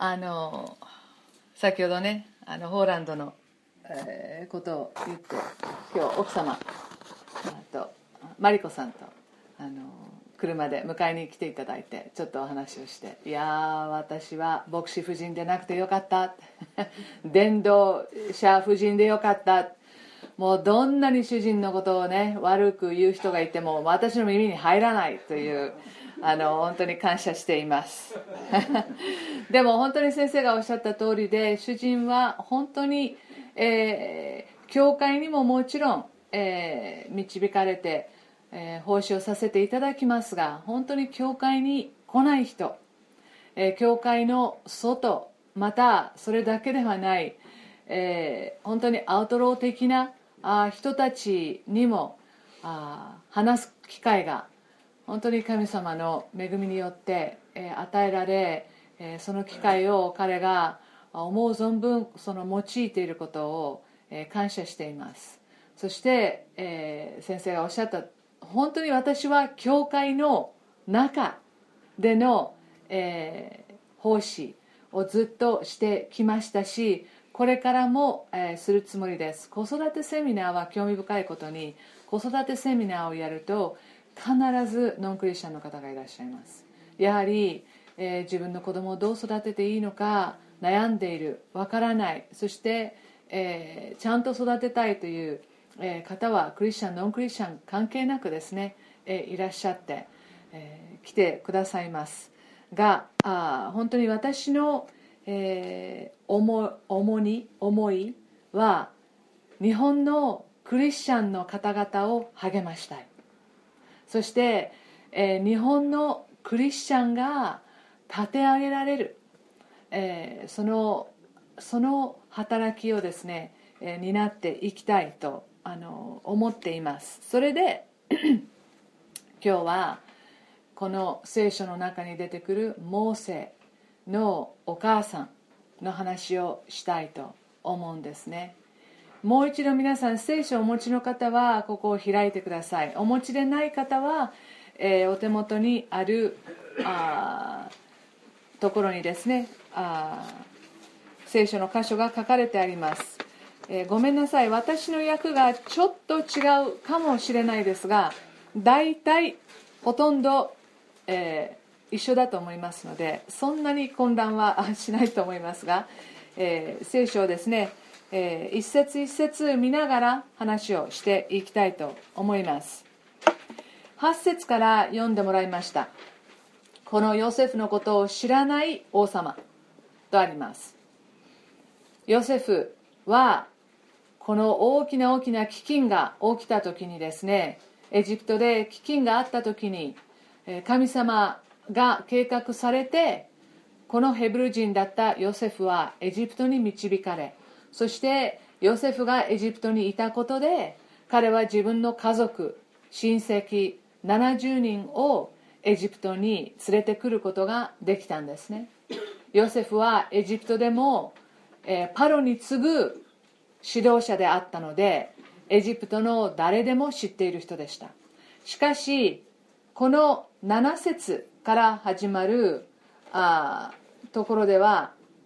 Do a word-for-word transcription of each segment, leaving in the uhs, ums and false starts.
あの先ほどねあのホーランドの、えー、ことを言って今日奥様とマリコさんとあの車で迎えに来ていただいてちょっとお話をして、いやー私は牧師夫人でなくてよかった伝道者夫人でよかった、もうどんなに主人のことをね悪く言う人がいても私の耳に入らないというあの本当に感謝していますでも本当に先生がおっしゃった通りで、主人は本当に、えー、教会にももちろん、えー、導かれて、えー、奉仕をさせていただきますが、本当に教会に来ない人、えー、教会の外、またそれだけではない、えー、本当にアウトロー的なあ人たちにもあ話す機会が本当に神様の恵みによって、えー、与えられ、えー、その機会を彼が思う存分その用いていることを、えー、感謝しています。そして、えー、先生がおっしゃった本当に私は教会の中での、えー、奉仕をずっとしてきましたし、これからも、えー、するつもりです。子育てセミナーは興味深いことに、子育てセミナーをやると必ずノンクリスチャンの方がいらっしゃいます。やはり、えー、自分の子供をどう育てていいのか悩んでいる、わからない、そして、えー、ちゃんと育てたいという、えー、方はクリスチャンノンクリスチャン関係なくですね、えー、いらっしゃって、えー、来てくださいますが、あ本当に私の、えー、思重に思いは日本のクリスチャンの方々を励ましたい。そして、えー、日本のクリスチャンが立て上げられる、えー、そのその働きをですね、えー、担っていきたいとあの思っています。それで今日はこの聖書の中に出てくるモーセのお母さんの話をしたいと思うんですね。もう一度皆さん聖書をお持ちの方はここを開いてください。お持ちでない方は、えー、お手元にあるあところにですねあ聖書の箇所が書かれてあります。えー、ごめんなさい、私の訳がちょっと違うかもしれないですが、だいたいほとんど、えー、一緒だと思いますのでそんなに混乱はしないと思いますが、えー、聖書をですね、えー、一節一節見ながら話をしていきたいと思います。はち節から読んでもらいました。このヨセフのことを知らない王様とあります。ヨセフはこの大きな大きな飢饉が起きた時にですね、エジプトで飢饉があった時に神様が計画されて、このヘブル人だったヨセフはエジプトに導かれ、そしてヨセフがエジプトにいたことで彼は自分の家族親戚ななじゅうにんをエジプトに連れてくることができたんですね。ヨセフはエジプトでも、えー、パロに次ぐ指導者であったのでエジプトの誰でも知っている人でした。しかしこのなな節から始まるあところでは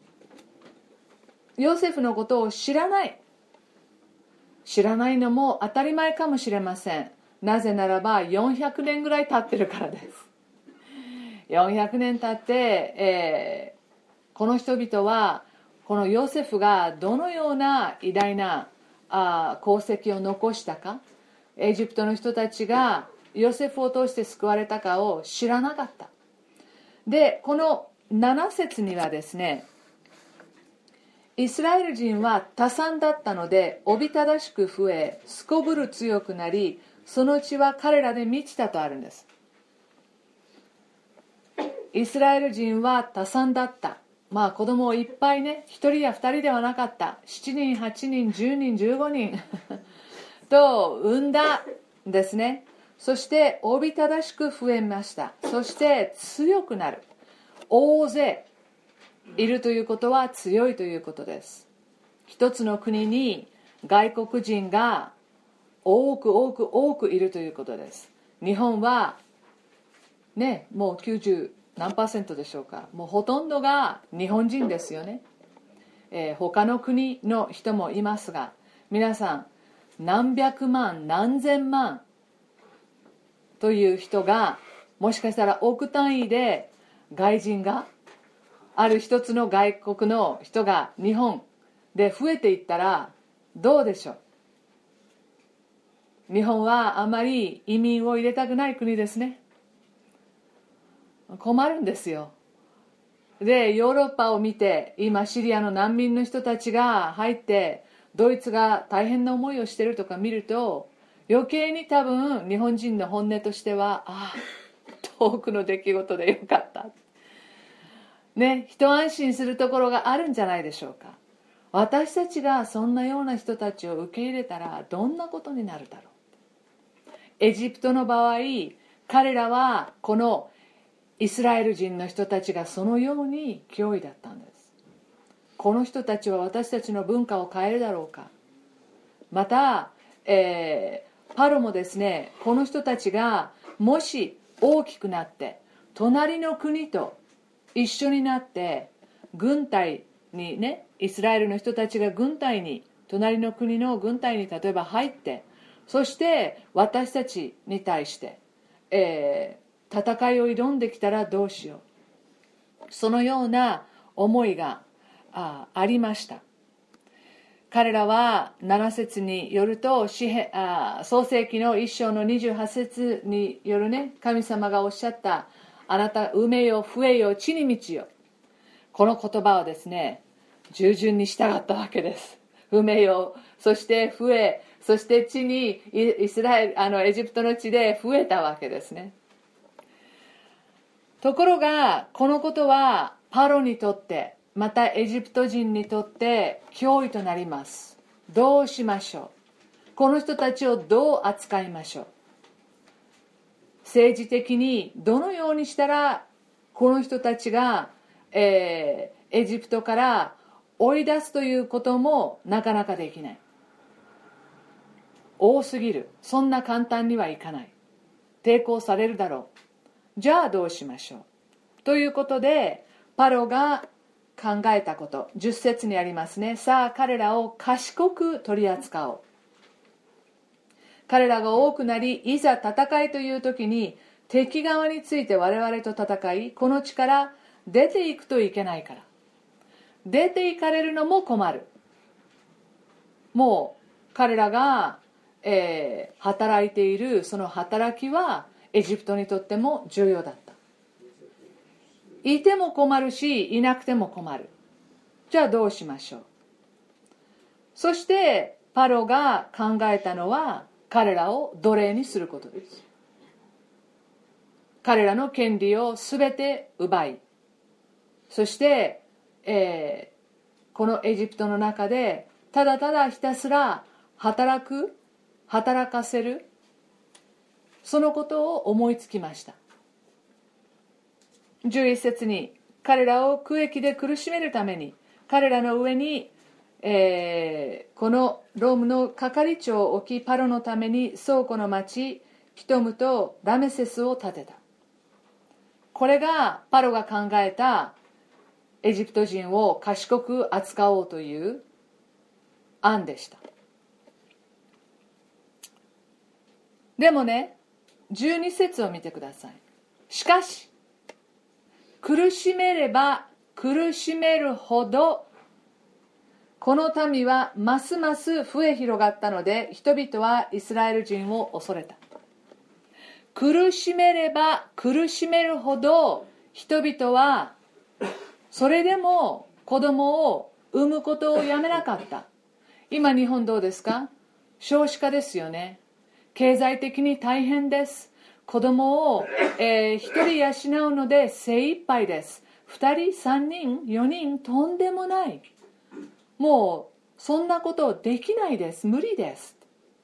ヨセフのことを知らない知らないのも当たり前かもしれません。なぜならばよんひゃくねんぐらい経ってるからです。よんひゃくねん経って、えー、この人々はこのヨセフがどのような偉大なあ功績を残したか、エジプトの人たちがヨセフを通して救われたかを知らなかった。でこのなな節にはですね、イスラエル人は多産だったのでおびただしく増え、すこぶる強くなり、その血は彼らで満ちたとあるんです。イスラエル人は多産だった。まあ子供をいっぱいね、ひとりやふたりではなかった、しちにんはちにんじゅうにんじゅうごにんと産んだんですね。そしておびただしく増えました。そして強くなる。大勢いるということは強いということです。一つの国に外国人が多く多く多くいるということです。日本はね、もうきゅうじゅ何パーセントでしょうか。もうほとんどが日本人ですよね。えー、他の国の人もいますが、皆さん何百万何千万という人が、もしかしたら億単位で外人が、ある一つの外国の人が日本で増えていったらどうでしょう。日本はあまり移民を入れたくない国ですね。困るんですよ。でヨーロッパを見て、今シリアの難民の人たちが入ってドイツが大変な思いをしているとか見ると、余計に多分日本人の本音としては、ああ遠くの出来事でよかったね、一安心するところがあるんじゃないでしょうか。私たちがそんなような人たちを受け入れたらどんなことになるだろう。エジプトの場合、彼らはこのイスラエル人の人たちがそのように脅威だったんです。この人たちは私たちの文化を変えるだろうか。また、えー、パロもですね、この人たちがもし大きくなって隣の国と一緒になって軍隊にね、イスラエルの人たちが軍隊に、隣の国の軍隊に例えば入って、そして私たちに対して、えー、戦いを挑んできたらどうしよう。そのような思いが あ, ありました。彼らはなな節によると、あ創世記のいっ章のにじゅうはち節によるね、神様がおっしゃった、あなた埋めよ増えよ地に満ちよ、この言葉をですね、従順に従ったわけです。埋めよ、そして増え、そして地に、イスラエルあのエジプトの地で増えたわけですね。ところがこのことはパロにとって、またエジプト人にとって脅威となります。どうしましょう。この人たちをどう扱いましょう。政治的にどのようにしたらこの人たちが、えー、エジプトから追い出すということもなかなかできない。多すぎる。そんな簡単にはいかない。抵抗されるだろう。じゃあどうしましょう。ということでパロが考えたこと、じゅっ節にありますね。さあ彼らを賢く取り扱おう。彼らが多くなり、いざ戦いという時に敵側について我々と戦い、この地から出ていくといけないから。出て行かれるのも困る。もう彼らが、えー、働いているその働きはエジプトにとっても重要だった。いても困るし、いなくても困る。じゃあどうしましょう。そしてパロが考えたのは、彼らを奴隷にすることです。彼らの権利をすべて奪い、そして、えー、このエジプトの中でただただひたすら働く、働かせる、そのことを思いつきました。じゅういち節に、彼らを苦役で苦しめるために彼らの上に、えー、このロームの係長を置き、パロのために倉庫の町ピトムとラメセスを建てた。これがパロが考えたエジプト人を賢く扱おうという案でした。でもね、じゅうに節を見てください。しかし苦しめれば苦しめるほどこの民はますます増え広がったので、人々はイスラエル人を恐れた。苦しめれば苦しめるほど人々はそれでも子供を産むことをやめなかった。今日本どうですか？少子化ですよね。経済的に大変です。子供を、えー、ひとり養うので精一杯です。ふたりさんにんよにんとんでもない。もうそんなことできないです。無理です。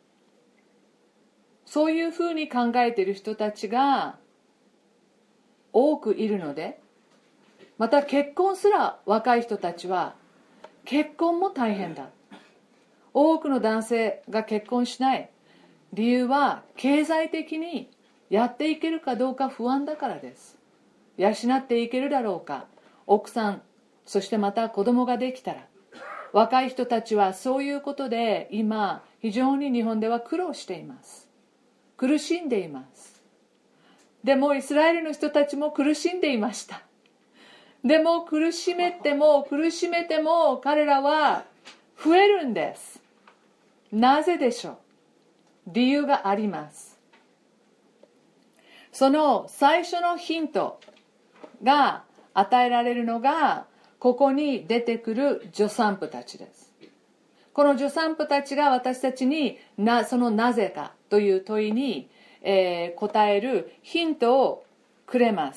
そういうふうに考えている人たちが多くいるので、また結婚すら若い人たちは結婚も大変だ。多くの男性が結婚しない理由は経済的にやっていけるかどうか不安だからです。 養っていけるだろうか。奥さん、そしてまた子供ができたら。若い人たちはそういうことで今非常に日本では苦労しています。苦しんでいます。でもイスラエルの人たちも苦しんでいました。でも苦しめても苦しめても彼らは増えるんです。なぜでしょう。理由があります。その最初のヒントが与えられるのがここに出てくる助産婦たちです。この助産婦たちが私たちになそのなぜかという問いに、えー、答えるヒントをくれます。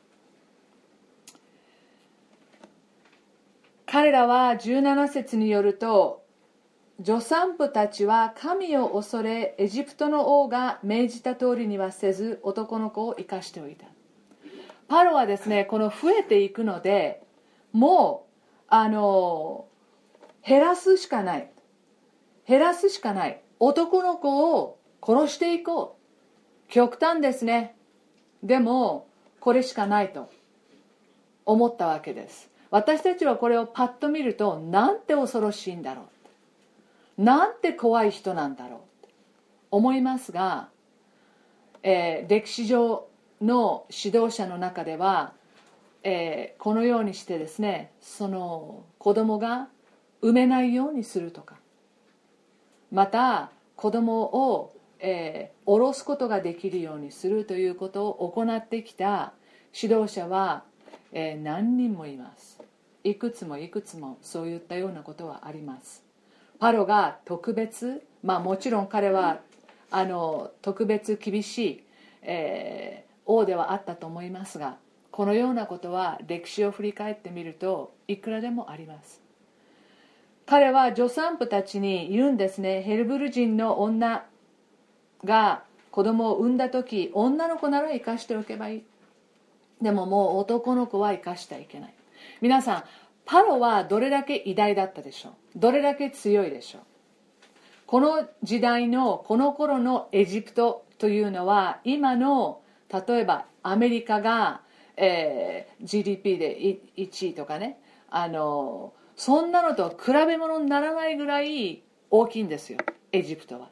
彼らはじゅうなな節によると、助産婦たちは神を恐れ、エジプトの王が命じた通りにはせず、男の子を生かしておいた。パロはですね、この増えていくので、もうあの減らすしかない。減らすしかない。男の子を殺していこう。極端ですね。でもこれしかないと思ったわけです。私たちはこれをパッと見ると、なんて恐ろしいんだろう、なんて怖い人なんだろうって思いますが、えー、歴史上の指導者の中では、えー、このようにしてですね、その子供が産めないようにするとか、また子供を、えー、下ろすことができるようにするということを行ってきた指導者は、えー、何人もいます。いくつもいくつもそういったようなことはあります。パロが特別、まあもちろん彼はあの特別厳しい、えー、王ではあったと思いますが、このようなことは歴史を振り返ってみるといくらでもあります。彼は助産婦たちに言うんですね。ヘルブル人の女が子供を産んだ時、女の子なら生かしておけばいい。でももう男の子は生かしてはいけない。皆さん、パロはどれだけ偉大だったでしょう。どれだけ強いでしょう。この時代のこの頃のエジプトというのは、今の例えばアメリカが、えー、ジーディーピー でいちいとかね、あのそんなのとは比べ物にならないぐらい大きいんですよ、エジプトは。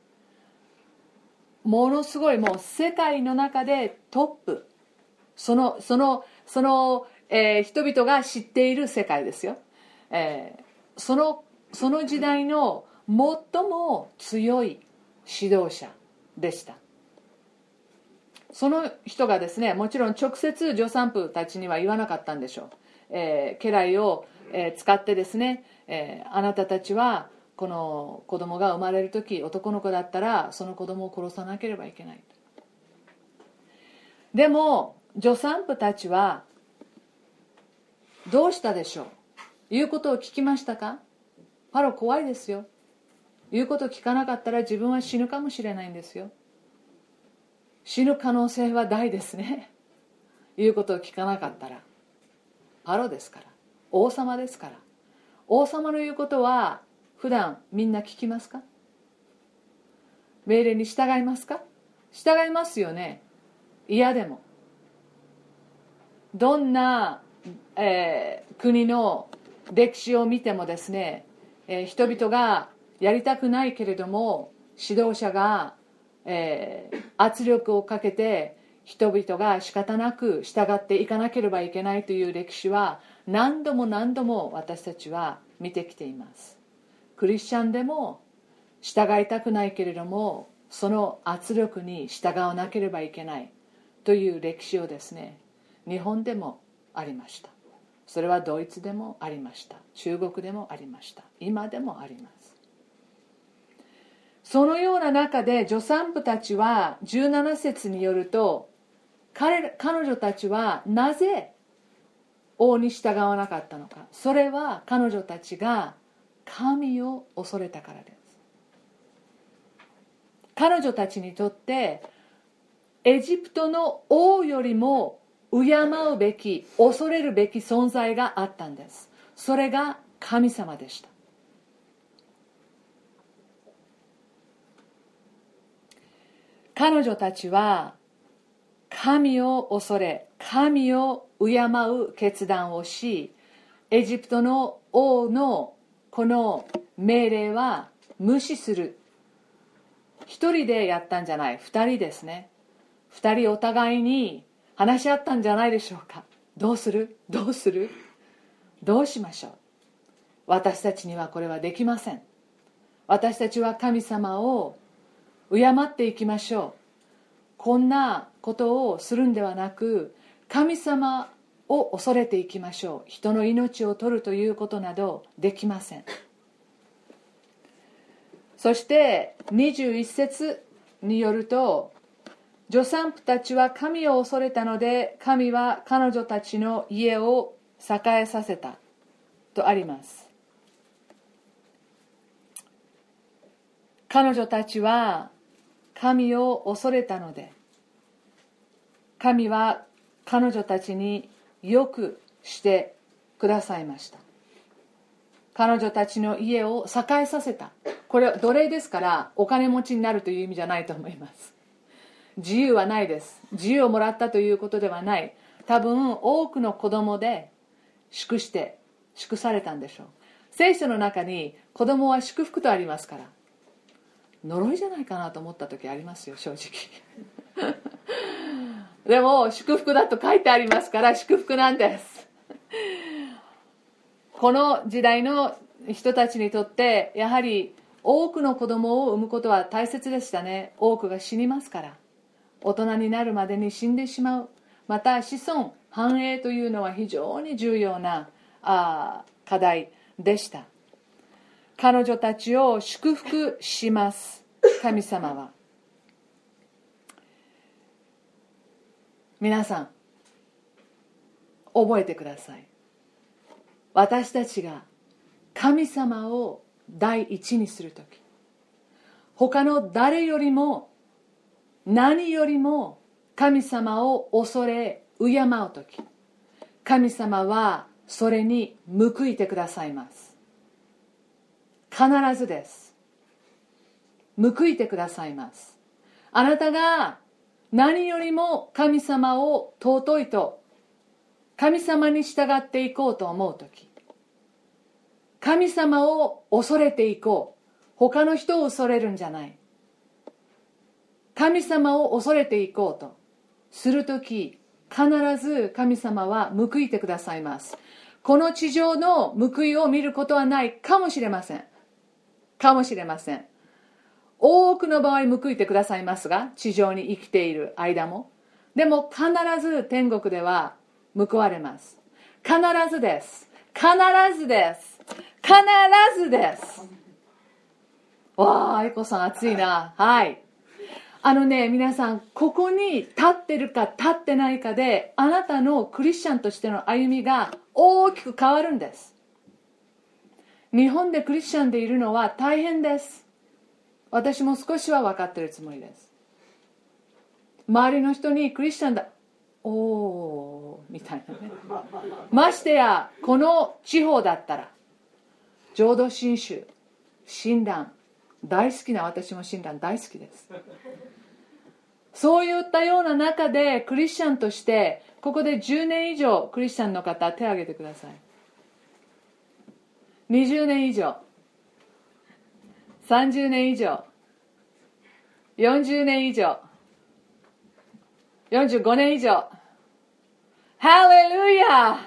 ものすごい、もう世界の中でトップ、そのそのその、えー、人々が知っている世界ですよ、えー、そのその時代の最も強い指導者でした。その人がですね、もちろん直接助産婦たちには言わなかったんでしょう。えー、家来を、えー、使ってですね、えー、あなたたちはこの子供が生まれる時、男の子だったらその子供を殺さなければいけない。でも助産婦たちはどうしたでしょう。言うことを聞きましたか。パロ怖いですよ。言うことを聞かなかったら自分は死ぬかもしれないんですよ。死ぬ可能性は大ですね。言うことを聞かなかったら。パロですから、王様ですから。王様の言うことは普段みんな聞きますか。命令に従いますか。従いますよね。嫌でも。どんな、えー、国の歴史を見てもですね、えー、人々がやりたくないけれども指導者が、えー、圧力をかけて人々が仕方なく従っていかなければいけないという歴史は何度も何度も私たちは見てきています。クリスチャンでも従いたくないけれどもその圧力に従わなければいけないという歴史をですね、日本でもありました。それはドイツでもありました。中国でもありました。今でもあります。そのような中で助産婦たちはじゅうなな節によると、 彼, 彼女たちはなぜ王に従わなかったのか。それは彼女たちが神を恐れたからです。彼女たちにとってエジプトの王よりも敬うべき、恐れるべき存在があったんです。それが神様でした。彼女たちは神を恐れ神を敬う決断をし、エジプトの王のこの命令は無視する。一人でやったんじゃない、二人ですね。二人お互いに話し合ったんじゃないでしょうか。どうするどうするどうしましょう。私たちにはこれはできません。私たちは神様を敬っていきましょう。こんなことをするんではなく、神様を恐れていきましょう。人の命を取るということなどできません。そしてにじゅういち節によると、助産婦たちは神を恐れたので、神は彼女たちの家を栄えさせたとあります。彼女たちは神を恐れたので、神は彼女たちによくしてくださいました。彼女たちの家を栄えさせた。これは奴隷ですから、お金持ちになるという意味じゃないと思います。自由はないです。自由をもらったということではない。多分多くの子供で祝して祝されたんでしょう。聖書の中に子供は祝福とありますから、呪いじゃないかなと思った時ありますよ、正直。でも祝福だと書いてありますから祝福なんです。この時代の人たちにとってやはり多くの子供を産むことは大切でしたね。多くが死にますから、大人になるまでに死んでしまう。また子孫繁栄というのは非常に重要なあ課題でした。彼女たちを祝福します。神様は。皆さん覚えてください。私たちが神様を第一にするとき、他の誰よりも何よりも神様を恐れ敬うとき、神様はそれに報いてくださいます。必ずです。報いてくださいます。あなたが何よりも神様を尊いと、神様に従っていこうと思うとき、神様を恐れていこう。他の人を恐れるんじゃない。神様を恐れていこうとするとき、必ず神様は報いてくださいます。この地上の報いを見ることはないかもしれません。かもしれません。多くの場合報いてくださいますが、地上に生きている間も。でも必ず天国では報われます。必ずです。必ずです。必ずです。わあ、愛子さん熱いな。はい。あのね、皆さん、ここに立ってるか立ってないかで、あなたのクリスチャンとしての歩みが大きく変わるんです。日本でクリスチャンでいるのは大変です。私も少しは分かってるつもりです。周りの人にクリスチャンだ、おーみたいなね。ましてやこの地方だったら浄土真宗、親鸞大好きな、私も親鸞大好きです。そういったような中でクリスチャンとして、ここでじゅうねん以上クリスチャンの方手を挙げてください。にじゅうねん以上、さんじゅうねん以上、よんじゅうねん以上、よんじゅうごねん以上。ハレルヤ。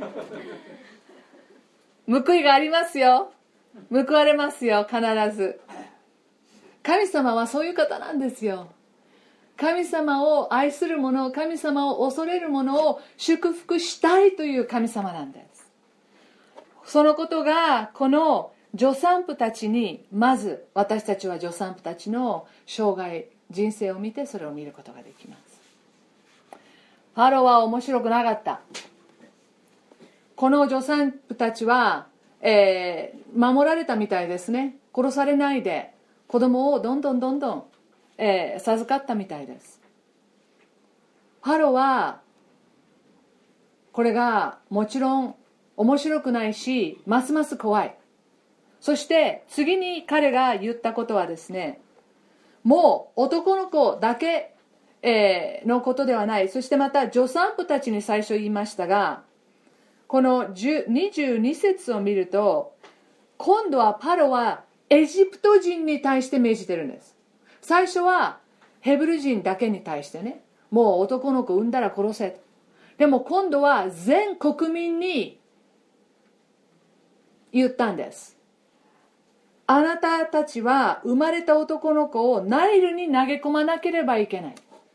報いがありますよ。報われますよ、必ず。神様はそういう方なんですよ。神様を愛する者、神様を恐れる者を祝福したいという神様なんです。そのことがこの助産婦たちに、まず私たちは助産婦たちの生涯人生を見てそれを見ることができます。ファローは面白くなかった。この助産婦たちは、えー、守られたみたいですね。殺されないで子供をどんどんどんどん、えー、授かったみたいです。ファローはこれがもちろん面白くないし、ますます怖い。そして次に彼が言ったことはですね、もう男の子だけえーのことではない。そしてまた助産婦たちに最初言いましたが、このにじゅうに節を見ると、今度はパロはエジプト人に対して命じてるんです。最初はヘブル人だけに対してね、もう男の子産んだら殺せと。でも今度は全国民に言ったんです。あなたたちは生まれた男の子をナイルに投げ込まなければいけない。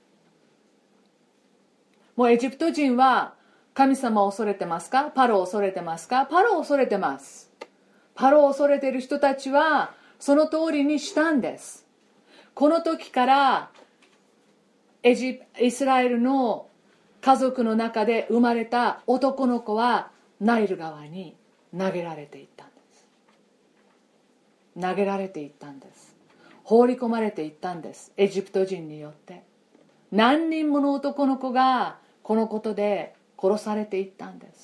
もうエジプト人は神様を恐れてますか？パロを恐れてますか？パロを恐れてます。パロを恐れている人たちはその通りにしたんです。この時からエジイスラエルの家族の中で生まれた男の子はナイル川に投げられていったんです。投げられていったんです。放り込まれていったんです。エジプト人によって何人もの男の子がこのことで殺されていったんです。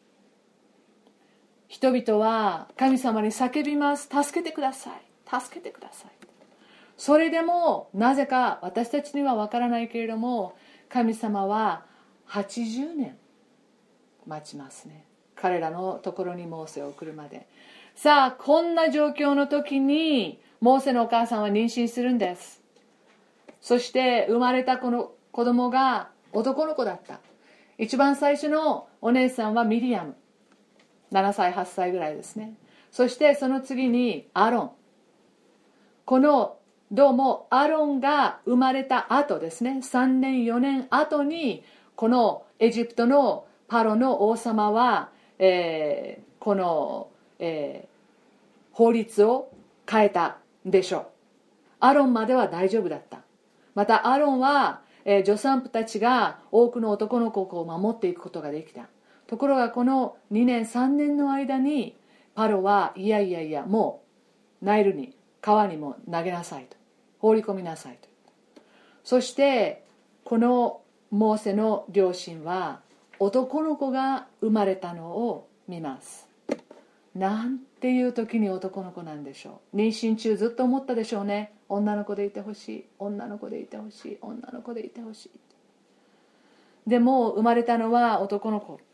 人々は神様に叫びます。助けてください、助けてください。それでもなぜか私たちには分からないけれども、神様ははちじゅうねん待ちますね。彼らのところにモーセを送るまで。さあこんな状況の時にモーセのお母さんは妊娠するんです。そして生まれたこの子供が男の子だった。一番最初のお姉さんはミリアム、ななさいはっさいぐらいですね。そしてその次にアロン。このどうもアロンが生まれた後ですね、さんねんよねん後にこのエジプトのパロの王様は、えー、この、えー、法律を変えたんでしょう。アロンまでは大丈夫だった。またアロンは、えー、助産婦たちが多くの男の子を守っていくことができた。ところがこのにねんさんねんの間にパロはいやいやいや、もうナイルに川にも投げなさいと、放り込みなさいと。そしてこのモーセの両親は男の子が生まれたのを見ます。なんていう時に男の子なんでしょう。妊娠中ずっと思ったでしょうね。女の子でいてほしい、女の子でいてほしい、女の子でいてほしい。でも生まれたのは男の子。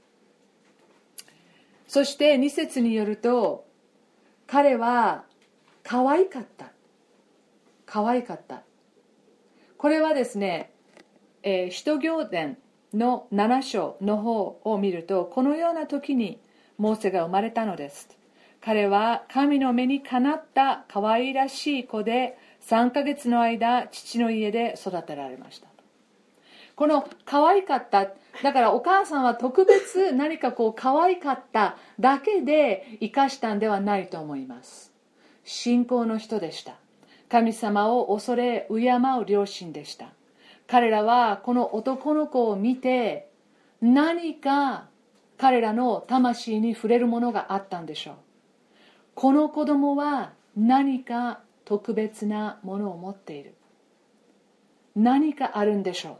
そしてに節によると、彼は可愛かった。可愛かった。これはですね、えー、使徒行伝のなな章の方を見ると、このような時にモーセが生まれたのです。彼は神の目にかなった可愛らしい子で、さんかげつの間父の家で育てられました。この可愛かった、だからお母さんは特別何かこう可愛かっただけで生かしたんではないと思います。信仰の人でした。神様を恐れ敬う両親でした。彼らはこの男の子を見て、何か彼らの魂に触れるものがあったんでしょう。この子供は何か特別なものを持っている。何かあるんでしょう。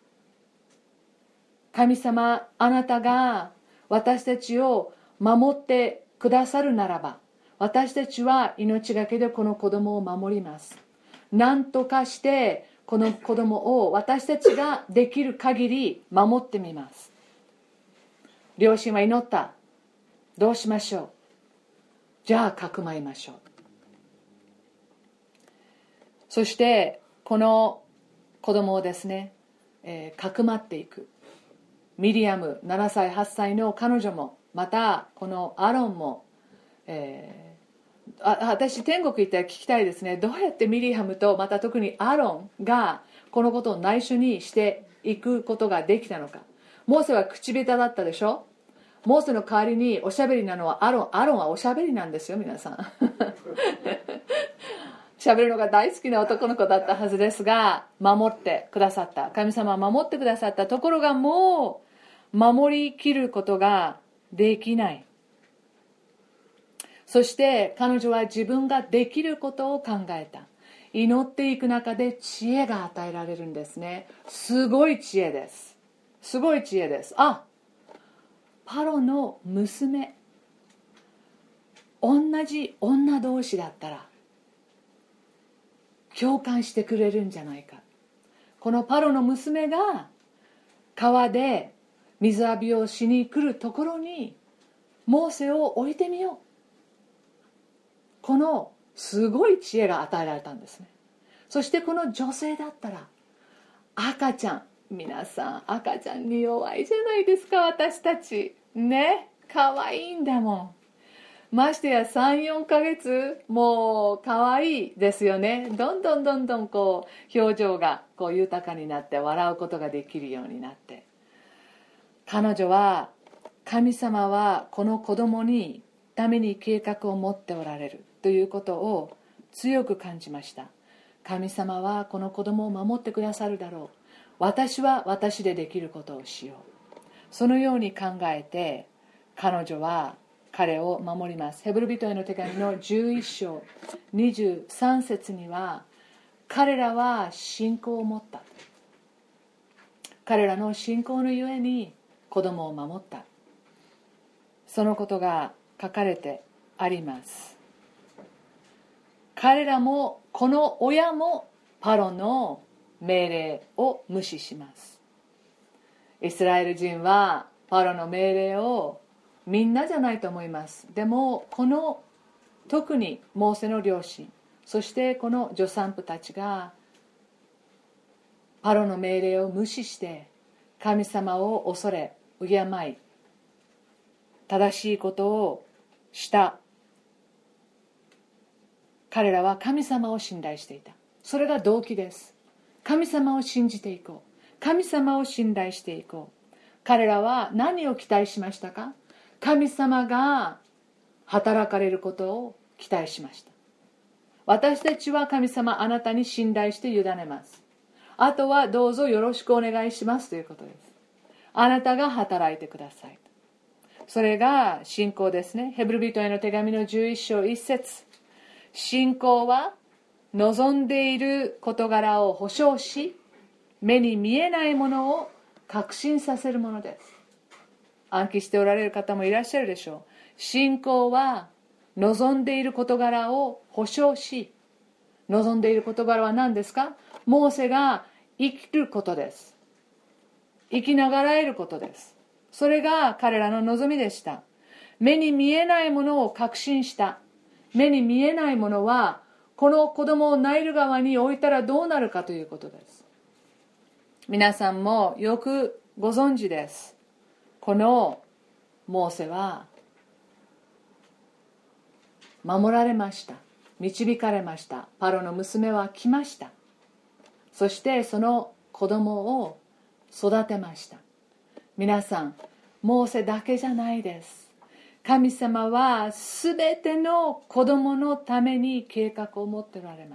神様、あなたが私たちを守ってくださるならば、私たちは命がけでこの子供を守ります。何とかしてこの子供を私たちができる限り守ってみます。両親は祈った。どうしましょう。じゃあかくまいましょう。そしてこの子供をですね、えー、かくまっていく。ミリアムななさいはっさいの彼女も、またこのアロンも、えー、あ私天国行ったら聞きたいですね。どうやってミリアムとまた特にアロンがこのことを内緒にしていくことができたのか。モーセは口下手だったでしょ。モーセの代わりにおしゃべりなのはアロン。アロンはおしゃべりなんですよ、皆さん。しゃべるのが大好きな男の子だったはずですが、守ってくださった。神様は守ってくださった。ところがもう守りきることができない。そして彼女は自分ができることを考えた。祈っていく中で知恵が与えられるんですね。すごい知恵です。すごい知恵です。あ、パロの娘、同じ女同士だったら共感してくれるんじゃないか。 このパロの娘が川で水浴びをしに来るところにモーセを置いてみよう、このすごい知恵が与えられたんですね。そしてこの女性だったら赤ちゃん、皆さん赤ちゃんに弱いじゃないですか、私たちね。可愛いんだもん。ましてやさん、よんかげつ、もう可愛いですよね。どんどんどんどんこう表情がこう豊かになって笑うことができるようになって、彼女は神様はこの子供にために計画を持っておられるということを強く感じました。神様はこの子供を守ってくださるだろう、私は私でできることをしよう、そのように考えて彼女は彼を守ります。ヘブル人への手紙のじゅういっ章にじゅうさん節には、彼らは信仰を持った、彼らの信仰のゆえに子供を守った、そのことが書かれてあります。彼らもこの親もパロの命令を無視します。イスラエル人はパロの命令をみんなじゃないと思います。でもこの特にモーセの両親、そしてこの助産婦たちがパロの命令を無視して神様を恐れ敬い正しいことをした彼らは神様を信頼していた。それが動機です。神様を信じていこう、神様を信頼していこう。彼らは何を期待しましたか？神様が働かれることを期待しました。私たちは神様あなたに信頼して委ねます、あとはどうぞよろしくお願いしますということです。あなたが働いてください、それが信仰ですね。ヘブル人への手紙のじゅういっ章いち節、信仰は望んでいる事柄を保証し、目に見えないものを確信させるものです。暗記しておられる方もいらっしゃるでしょう。信仰は望んでいる事柄を保証し、望んでいる事柄は何ですか？モーセが生きることです。生きながらえることです。それが彼らの望みでした。目に見えないものを確信した。目に見えないものはこの子供をナイル川に置いたらどうなるかということです。皆さんもよくご存知です。このモーセは守られました。導かれました。パロの娘は来ました。そしてその子供を育てました。皆さん、モーセだけじゃないです。神様はすべての子供のために計画を持っておられます。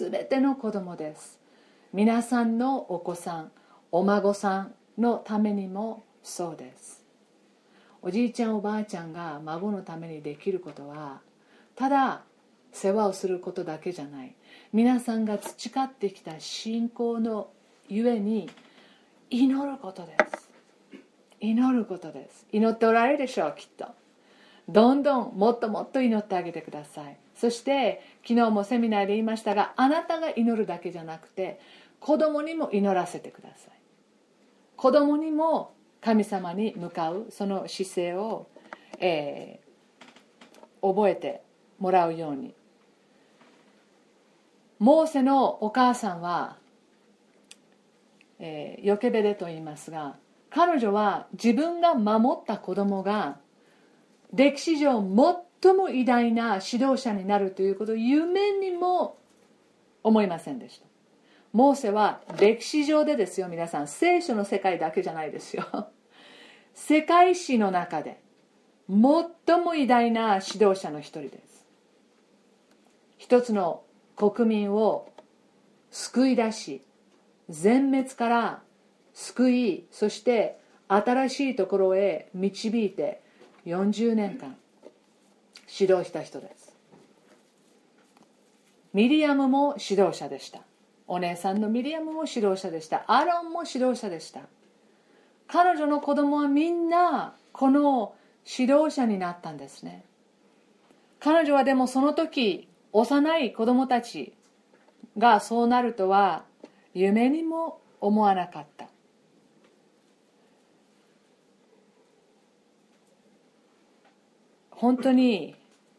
すべての子供です。皆さんのお子さん、お孫さんのためにもそうです。おじいちゃんおばあちゃんが孫のためにできることはただ世話をすることだけじゃない。皆さんが培ってきた信仰のゆえに祈ることです。祈ることです。祈っておられるでしょう。きっとどんどんもっともっと祈ってあげてください。そして昨日もセミナーで言いましたが、あなたが祈るだけじゃなくて子供にも祈らせてください。子供にも神様に向かうその姿勢を、えー、覚えてもらうように。モーセのお母さんは、えー、ヨケベデと言いますが、彼女は自分が守った子供が歴史上最も偉大な指導者になるということを夢にも思いませんでした。モーセは歴史上でですよ、皆さん、聖書の世界だけじゃないですよ。世界史の中で最も偉大な指導者の一人です。一つの国民を救い出し、全滅から救い、そして新しいところへ導いてよんじゅうねんかん指導した人です。ミリアムも指導者でした。お姉さんのミリアムも指導者でした。アロンも指導者でした。彼女の子供はみんなこの指導者になったんですね。彼女はでもその時幼い子供たちがそうなるとは、 夢にも思わなかった。本当に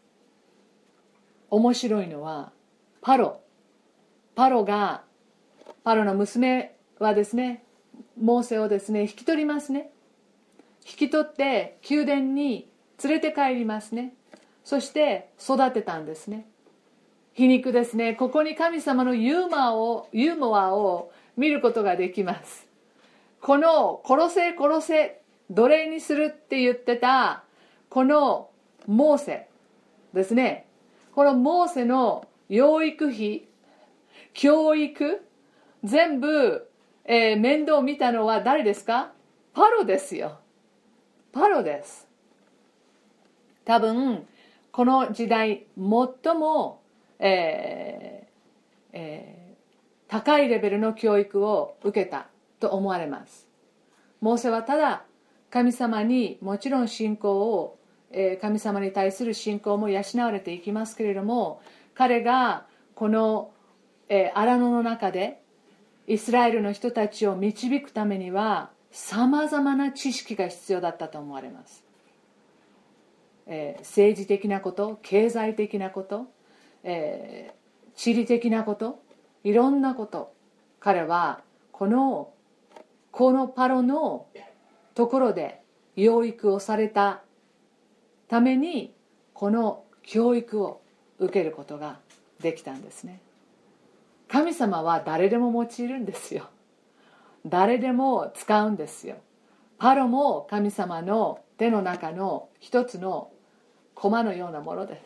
面白いのはパロパロがパロの娘はですね、モーセをですね引き取りますね。引き取って宮殿に連れて帰りますね。そして育てたんですね。皮肉ですね。ここに神様のユーモアをユーモアを見ることができます。この殺せ殺せ奴隷にするって言ってたこのモーセですね。このモーセの養育費、教育、全部、えー、面倒を見たのは誰ですか？パロですよ。パロです。多分この時代最も、えーえー、高いレベルの教育を受けたと思われます。モーセはただ神様にもちろん信仰を、えー、神様に対する信仰も養われていきますけれども、彼がこの、えー、荒野の中でイスラエルの人たちを導くためにはさまざまな知識が必要だったと思われます。えー、政治的なこと、経済的なこと、えー、地理的なこと、いろんなこと、彼はこのこのパロのところで養育をされたためにこの教育を受けることができたんですね。神様は誰でも用いるんですよ。誰でも使うんですよ。パロも神様の手の中の一つの駒のようなものです。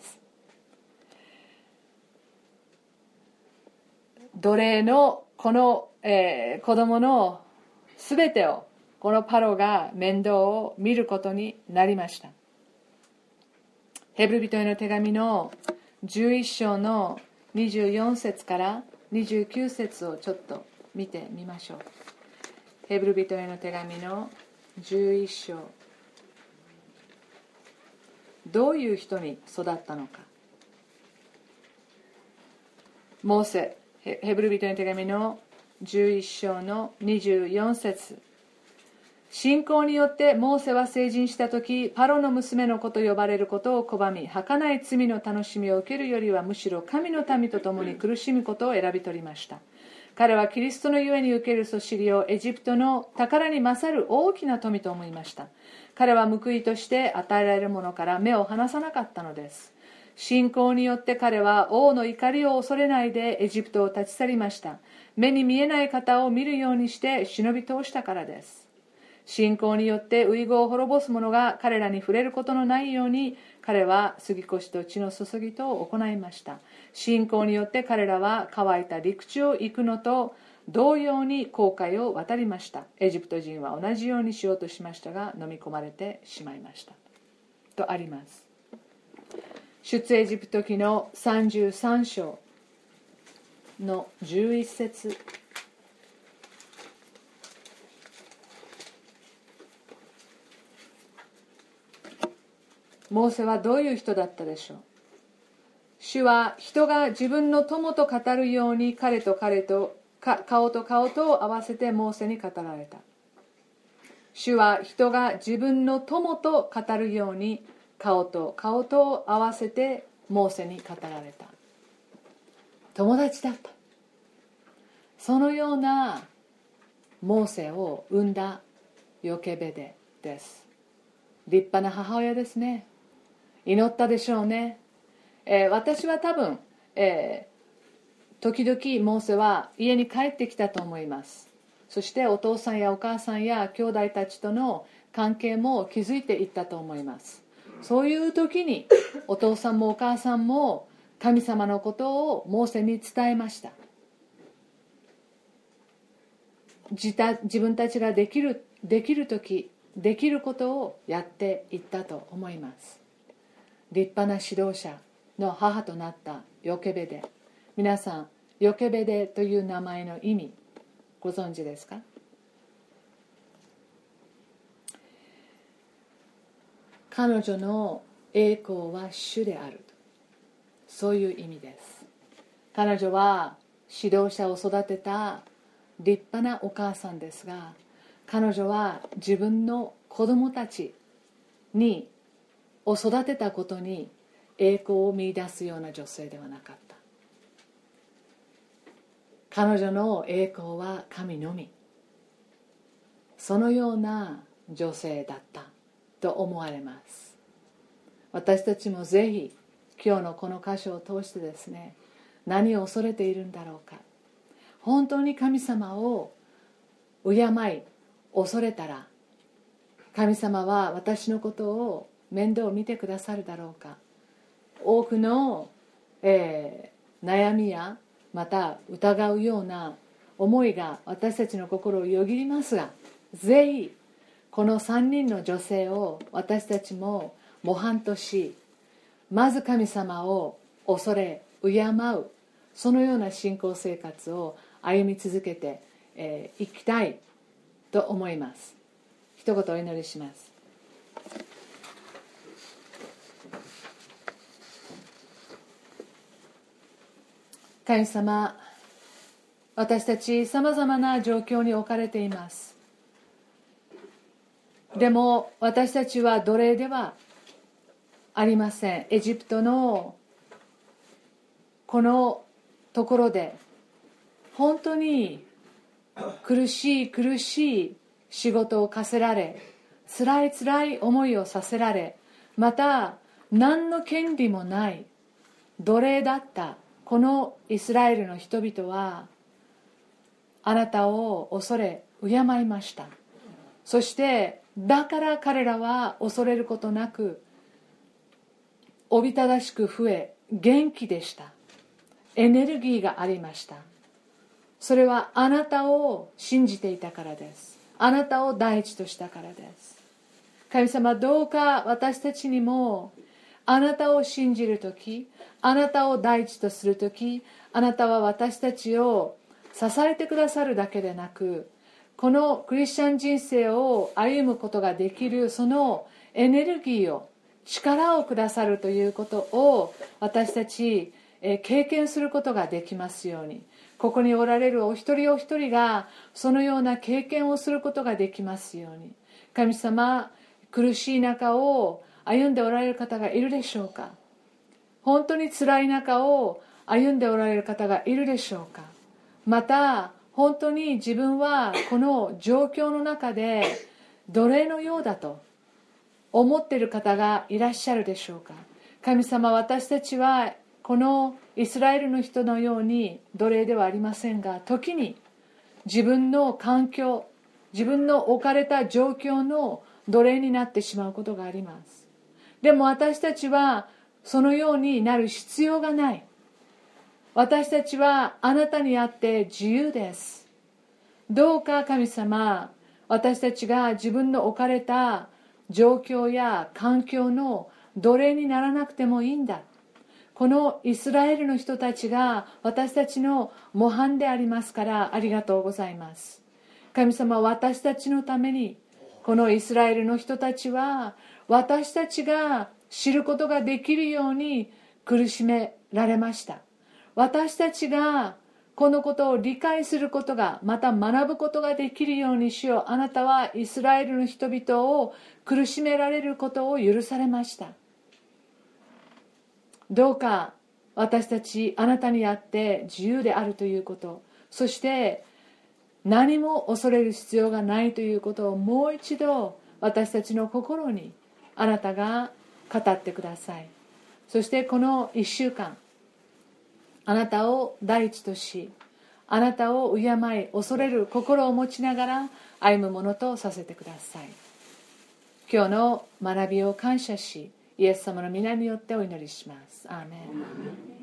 奴隷のこの、えー、子供のすべてをこのパロが面倒を見ることになりました。ヘブル人への手紙のじゅういっ章のにじゅうよん節からにじゅうきゅう節をちょっと見てみましょう。ヘブル人への手紙のじゅういっ章、どういう人に育ったのか。モーセ、ヘブル人への手紙のじゅういっ章のにじゅうよん節、信仰によってモーセは成人したとき、パロの娘の子と呼ばれることを拒み、儚い罪の楽しみを受けるよりはむしろ神の民と共に苦しむことを選び取りました。彼はキリストのゆえに受けるそしりをエジプトの宝に勝る大きな富と思いました。彼は報いとして与えられるものから目を離さなかったのです。信仰によって彼は王の怒りを恐れないでエジプトを立ち去りました。目に見えない方を見るようにして忍び通したからです。信仰によって遺語を滅ぼす者が彼らに触れることのないように、彼は杉越と血の注ぎとを行いました。信仰によって彼らは乾いた陸地を行くのと同様に紅海を渡りました。エジプト人は同じようにしようとしましたが飲み込まれてしまいましたとあります。出エジプト記のさんじゅうさん章のじゅういち節、モーセはどういう人だったでしょう。主は人が自分の友と語るように彼と彼と顔と顔と合わせてモーセに語られた。主は人が自分の友と語るように顔と顔と合わせてモーセに語られた。友達だった。そのようなモーセを生んだヨケベデです。立派な母親ですね。祈ったでしょうね。えー、私は多分、えー、時々モーセは家に帰ってきたと思います。そしてお父さんやお母さんや兄弟たちとの関係も築いていったと思います。そういう時にお父さんもお母さんも神様のことをモーセに伝えました。自, た自分たちができる、できる時できることをやっていったと思います。立派な指導者の母となったヨケベデ。皆さん、ヨケベデという名前の意味ご存知ですか？彼女の栄光は主である、そういう意味です。彼女は指導者を育てた立派なお母さんですが、彼女は自分の子供たちにを育てたことに栄光を見出すような女性ではなかった。彼女の栄光は神のみ。そのような女性だったと思われます。私たちもぜひ今日のこの箇所を通してですね、何を恐れているんだろうか。本当に神様を敬い恐れたら、神様は私のことを面倒を見てくださるだろうか。多くの、えー、悩みやまた疑うような思いが私たちの心をよぎりますが、ぜひこのさんにんの女性を私たちも模範とし、まず神様を恐れ敬う、そのような信仰生活を歩み続けてい、えー、きたいと思います。一言お祈りします。神様、私たちさまざまな状況に置かれています。でも私たちは奴隷ではありません。エジプトのこのところで本当に苦しい苦しい仕事を課せられ、辛い辛い思いをさせられ、また何の権利もない奴隷だったこのイスラエルの人々はあなたを恐れ敬いました。そしてだから彼らは恐れることなくおびただしく増え元気でした。エネルギーがありました。それはあなたを信じていたからです。あなたを第一としたからです。神様、どうか私たちにもあなたを信じるとき、あなたを第一とするとき、あなたは私たちを支えてくださるだけでなく、このクリスチャン人生を歩むことができるそのエネルギーを、力をくださるということを私たち経験することができますように、ここにおられるお一人お一人がそのような経験をすることができますように。神様、苦しい中を歩んでおられる方がいるでしょうか。本当に辛い中を歩んでおられる方がいるでしょうか。また本当に自分はこの状況の中で奴隷のようだと思っている方がいらっしゃるでしょうか。神様、私たちはこのイスラエルの人のように奴隷ではありませんが、時に自分の環境、自分の置かれた状況の奴隷になってしまうことがあります。でも私たちはそのようになる必要がない。私たちはあなたにあって自由です。どうか神様、私たちが自分の置かれた状況や環境の奴隷にならなくてもいいんだ。このイスラエルの人たちが私たちの模範でありますからありがとうございます。神様、私たちのためにこのイスラエルの人たちは私たちが知ることができるように苦しめられました。私たちがこのことを理解することが、また学ぶことができるようにしよう。あなたはイスラエルの人々を苦しめられることを許されました。どうか私たちあなたにあって自由であるということ、そして何も恐れる必要がないということをもう一度私たちの心にあなたが語ってください。そしてこの一週間、あなたを第一とし、あなたを敬い恐れる心を持ちながら歩むものとさせてください。今日の学びを感謝し、イエス様の皆によってお祈りします。アーメン。